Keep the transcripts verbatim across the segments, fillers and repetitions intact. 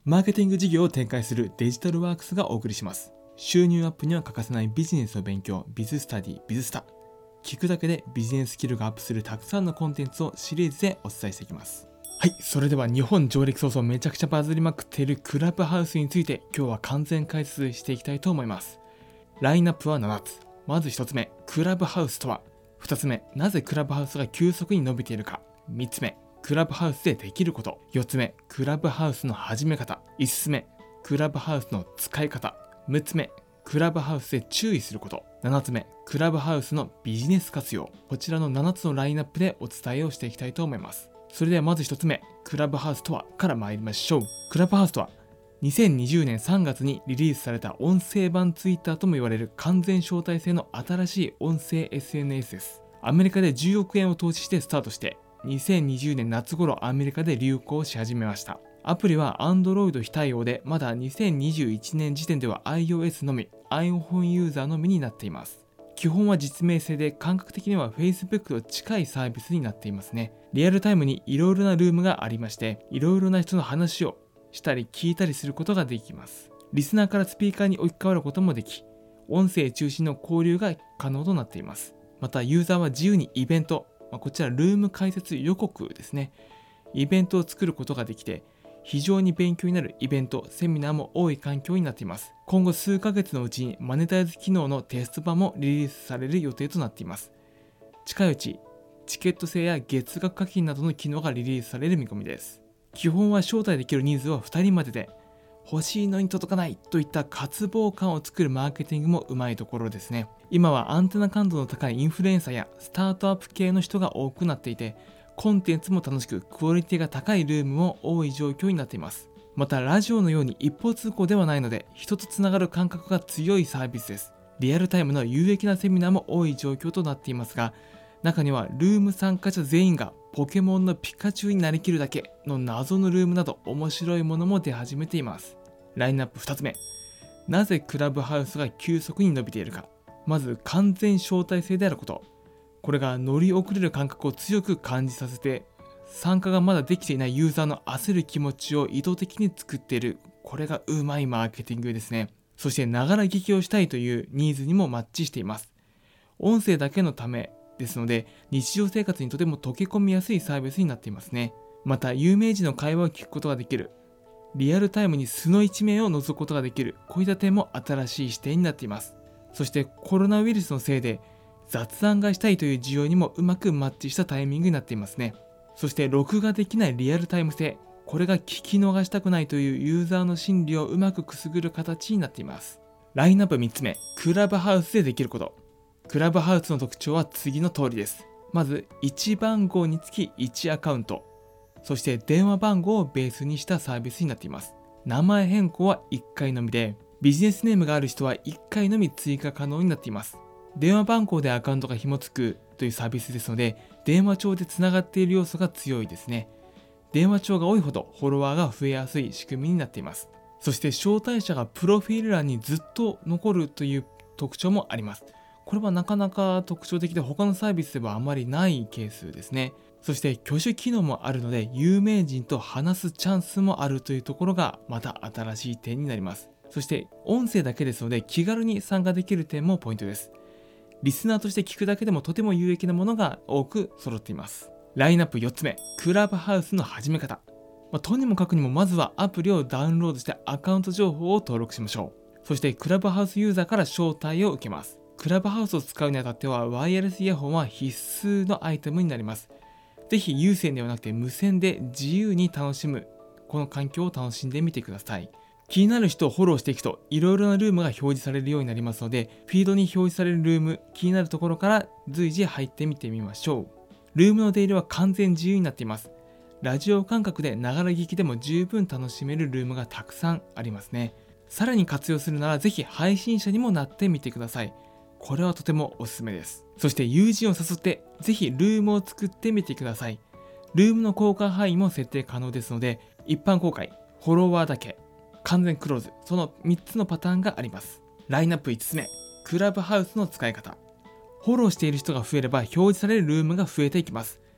マーケティング事業を展開するデジタルワークスがお送りします。収入アップには欠かせないビジネスの勉強、ビズスタディ、ビズスタ。聞くだけでビジネススキルがアップするたくさんのコンテンツをシリーズでお伝えしていきます。はい、それでは日本上陸早々めちゃくちゃバズりまくっているクラブハウスについて今日は完全解説していきたいと思います。ラインナップはななつ。まずひとつめ、クラブハウスとは。ふたつめ、なぜクラブハウスが急速に伸びているか。みっつめ、クラブハウスでできること。よっつめ、クラブハウスの始め方。いつつめ、クラブハウスの使い方。むっつめ、クラブハウスで注意すること。ななつめ、クラブハウスのビジネス活用。こちらのななつのラインナップでお伝えをしていきたいと思います。それではまずひとつめ、クラブハウスとはから参りましょう。クラブハウスとは、にせんにじゅうねんさんがつにリリースされた音声版ツイッターとも言われる完全招待制の新しい音声 エスエヌエス です。アメリカでじゅうおくえんを投資してスタートして、にせんにじゅうねん夏頃アメリカで流行し始めました。アプリは Android 非対応で、まだにせんにじゅういちねん時点では iOS のみ、iPhone ユーザーのみになっています。基本は実名制で、感覚的には Facebook と近いサービスになっていますね。リアルタイムにいろいろなルームがありまして、いろいろな人の話をしたり聞いたりすることができます。リスナーからスピーカーに置き換わることもでき、音声中心の交流が可能となっています。またユーザーは自由にイベント、こちらルーム開設予告ですね。イベントを作ることができて、非常に勉強になるイベント、セミナーも多い環境になっています。今後数ヶ月のうちにマネタイズ機能のテスト版もリリースされる予定となっています。近いうち、チケット制や月額課金などの機能がリリースされる見込みです。基本は招待できる人数はふたりまでで、欲しいのに届かないといった渇望感を作るマーケティングもうまいところですね。今はアンテナ感度の高いインフルエンサーやスタートアップ系の人が多くなっていて、コンテンツも楽しくクオリティが高いルームも多い状況になっています。またラジオのように一方通行ではないので、人とつながる感覚が強いサービスです。リアルタイムの有益なセミナーも多い状況となっていますが、中にはルーム参加者全員がポケモンのピカチュウになりきるだけの謎のルームなど面白いものも出始めています。ラインナップふたつめ、なぜクラブハウスが急速に伸びているか。まず完全招待制であること。これが乗り遅れる感覚を強く感じさせて、参加がまだできていないユーザーの焦る気持ちを意図的に作っている。これがうまいマーケティングですね。そしてながら聞きをしたいというニーズにもマッチしています。音声だけのためですので、日常生活にとても溶け込みやすいサービスになっていますね。また有名人の会話を聞くことができる。リアルタイムに素の一面を覗くことができる。こういった点も新しい視点になっています。そしてコロナウイルスのせいで雑談がしたいという需要にもうまくマッチしたタイミングになっていますね。そして録画できないリアルタイム性。これが聞き逃したくないというユーザーの心理をうまくくすぐる形になっています。ラインナップみっつめ、クラブハウスでできること。クラブハウスの特徴は次の通りです。まずいちばんごうにつきいちアカウント。そして電話番号をベースにしたサービスになっています。名前変更はいっかいのみで、ビジネスネームがある人はいっかいのみ追加可能になっています。電話番号でアカウントが紐付くというサービスですので、電話帳でつながっている要素が強いですね。電話帳が多いほどフォロワーが増えやすい仕組みになっています。そして招待者がプロフィール欄にずっと残るという特徴もあります。これはなかなか特徴的で、他のサービスではあまりないケースですね。そして挙手機能もあるので、有名人と話すチャンスもあるというところがまた新しい点になります。そして音声だけですので気軽に参加できる点もポイントです。リスナーとして聞くだけでもとても有益なものが多く揃っています。ラインナップよっつめ、クラブハウスの始め方。まあ、とにもかくにもまずはアプリをダウンロードしてアカウント情報を登録しましょう。そしてクラブハウスユーザーから招待を受けます。クラブハウスを使うにあたってはワイヤレスイヤホンは必須のアイテムになります。ぜひ有線ではなくて無線で自由に楽しむ、この環境を楽しんでみてください。気になる人をフォローしていくといろいろなルームが表示されるようになりますので、フィードに表示されるルーム、気になるところから随時入ってみてみましょう。ルームの出入りは完全自由になっています。ラジオ感覚でながら聞きでも十分楽しめるルームがたくさんありますね。さらに活用するならぜひ配信者にもなってみてください。これはとてもおすすめです。そして友人を誘ってぜひルームを作ってみてください。ルームの公開範囲も設定可能ですので、一般公開、フォロワーだけ、完全クローズ、そのみっつのパターンがあります。ラインナップいつつめ、クラブハウスの使い方。フォローしている人が増えれば表示されるルームが増えていきます。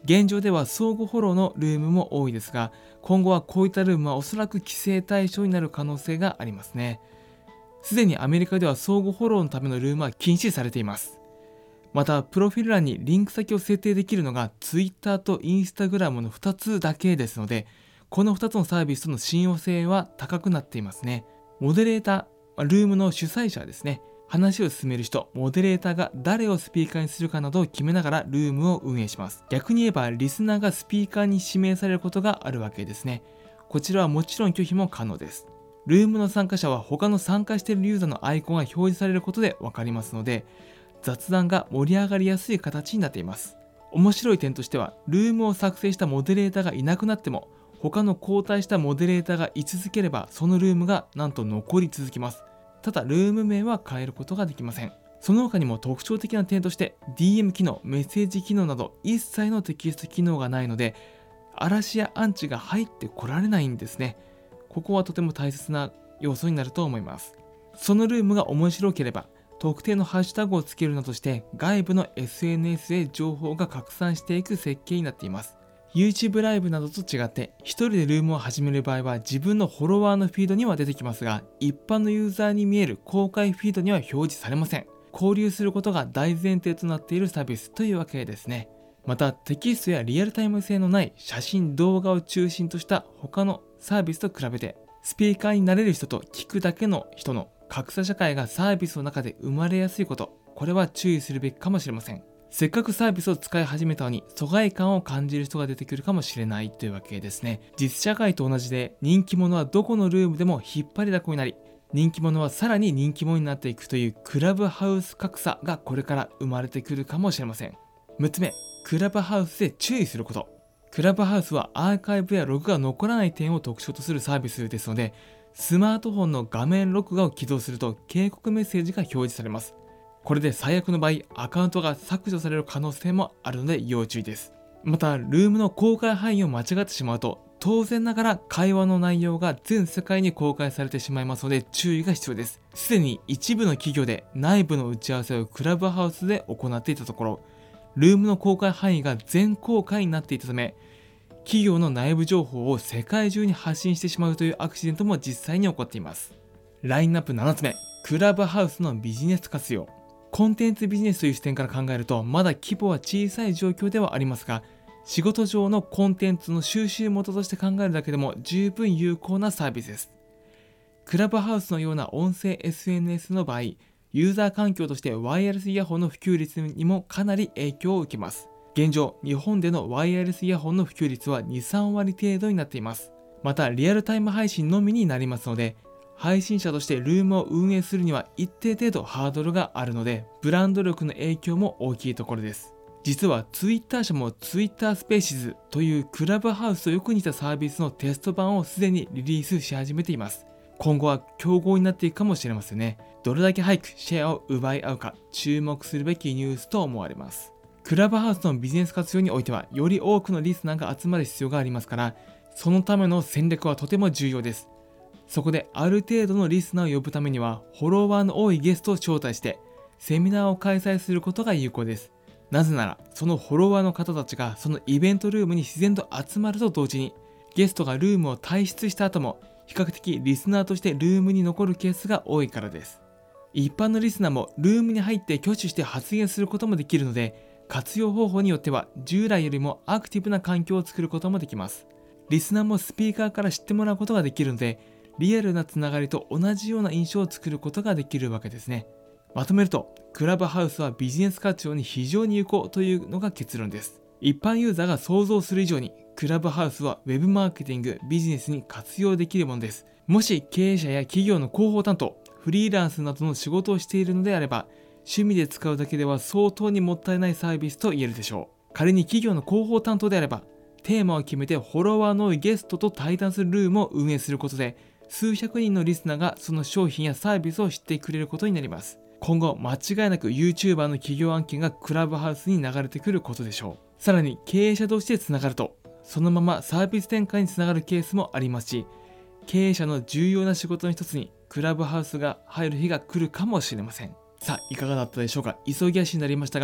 現状では相互フォローのルームも多いですが、今後はこういったルームはおそらく規制対象になる可能性がありますね。すでにアメリカでは相互フォローのためのルームは禁止されています。また、プロフィール欄にリンク先を設定できるのが Twitter と Instagram のふたつだけですので、このふたつのサービスとの信用性は高くなっていますね。モデレーター、ルームの主催者ですね。話を進める人、モデレーターが誰をスピーカーにするかなどを決めながらルームを運営します。逆に言えば、リスナーがスピーカーに指名されることがあるわけですね。こちらはもちろん拒否も可能です。ルームの参加者は他の参加しているユーザーのアイコンが表示されることでわかりますので、雑談が盛り上がりやすい形になっています。面白い点としては、ルームを作成したモデレーターがいなくなっても、他の交代したモデレーターが居続ければ、そのルームがなんと残り続きます。ただ、ルーム名は変えることができません。その他にも特徴的な点として、ディーエム 機能、メッセージ機能など一切のテキスト機能がないので、嵐やアンチが入ってこられないんですね。ここはとても大切な要素になると思います。そのルームが面白ければ、特定のハッシュタグをつけるなどして外部の エスエヌエス へ情報が拡散していく設計になっています。YouTube ライブなどと違って一人でルームを始める場合は自分のフォロワーのフィードには出てきますが、一般のユーザーに見える公開フィードには表示されません。交流することが大前提となっているサービスというわけですね。また、テキストやリアルタイム性のない写真動画を中心とした他のサービスと比べて、スピーカーになれる人と聞くだけの人の格差社会がサービスの中で生まれやすいこと、これは注意するべきかもしれません。せっかくサービスを使い始めたのに疎外感を感じる人が出てくるかもしれないというわけですね。実社会と同じで、人気者はどこのルームでも引っ張りだこになり、人気者はさらに人気者になっていくというクラブハウス格差がこれから生まれてくるかもしれません。むっつめ、クラブハウスで注意すること。クラブハウスはアーカイブやログが残らない点を特徴とするサービスですので、スマートフォンの画面録画を起動すると警告メッセージが表示されます。これで最悪の場合、アカウントが削除される可能性もあるので要注意です。また、ルームの公開範囲を間違ってしまうと、当然ながら会話の内容が全世界に公開されてしまいますので注意が必要です。すでに一部の企業で内部の打ち合わせをクラブハウスで行っていたところ、ルームの公開範囲が全公開になっていたため、企業の内部情報を世界中に発信してしまうというアクシデントも実際に起こっています。ラインナップななつめ、クラブハウスのビジネス活用。コンテンツビジネスという視点から考えると、まだ規模は小さい状況ではありますが、仕事上のコンテンツの収集元として考えるだけでも十分有効なサービスです。クラブハウスのような音声 エスエヌエス の場合、ユーザー環境としてワイヤレスイヤホンの普及率にもかなり影響を受けます。現状、日本でのワイヤレスイヤホンの普及率はに、さんわり程度になっています。また、リアルタイム配信のみになりますので、配信者としてルームを運営するには一定程度ハードルがあるので、ブランド力の影響も大きいところです。実は Twitter 社も Twitter Spaces というクラブハウスとよく似たサービスのテスト版をすでにリリースし始めています。今後は競合になっていくかもしれませんね。どれだけ早くシェアを奪い合うか注目するべきニュースと思われます。クラブハウスのビジネス活用においては、より多くのリスナーが集まる必要がありますから、そのための戦略はとても重要です。そこである程度のリスナーを呼ぶためには、フォロワーの多いゲストを招待して、セミナーを開催することが有効です。なぜなら、そのフォロワーの方たちがそのイベントルームに自然と集まると同時に、ゲストがルームを退出した後も、比較的リスナーとしてルームに残るケースが多いからです。一般のリスナーもルームに入って挙手して発言することもできるので、活用方法によっては従来よりもアクティブな環境を作ることもできます。リスナーもスピーカーから知ってもらうことができるので、リアルなつながりと同じような印象を作ることができるわけですね。まとめると、クラブハウスはビジネス活用に非常に有効というのが結論です。一般ユーザーが想像する以上に、クラブハウスはウェブマーケティング、ビジネスに活用できるものです。もし経営者や企業の広報担当、フリーランスなどの仕事をしているのであれば、趣味で使うだけでは相当にもったいないサービスと言えるでしょう。仮に企業の広報担当であれば、テーマを決めてフォロワーの多いゲストと対談するルームを運営することで、数百人のリスナーがその商品やサービスを知ってくれることになります。今後、間違いなく YouTuber の企業案件がクラブハウスに流れてくることでしょう。さらに経営者同士でつながると、そのままサービス展開につながるケースもありますし、経営者の重要な仕事の一つにクラブハウスが入る日が来るかもしれません。さあ、いかがだったでしょうか。急ぎ足になりましたが、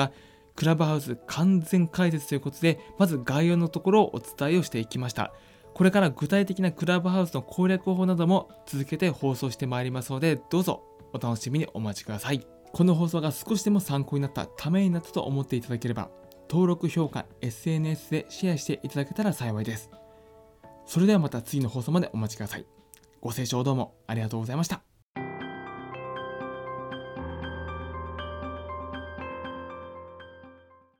クラブハウス完全解説ということで、まず概要のところをお伝えをしていきました。これから具体的なクラブハウスの攻略法なども続けて放送してまいりますので、どうぞお楽しみにお待ちください。この放送が少しでも参考になった、ためになったと思っていただければ、登録、評価、エスエヌエス でシェアしていただけたら幸いです。それではまた次の放送までお待ちください。ご清聴どうもありがとうございました。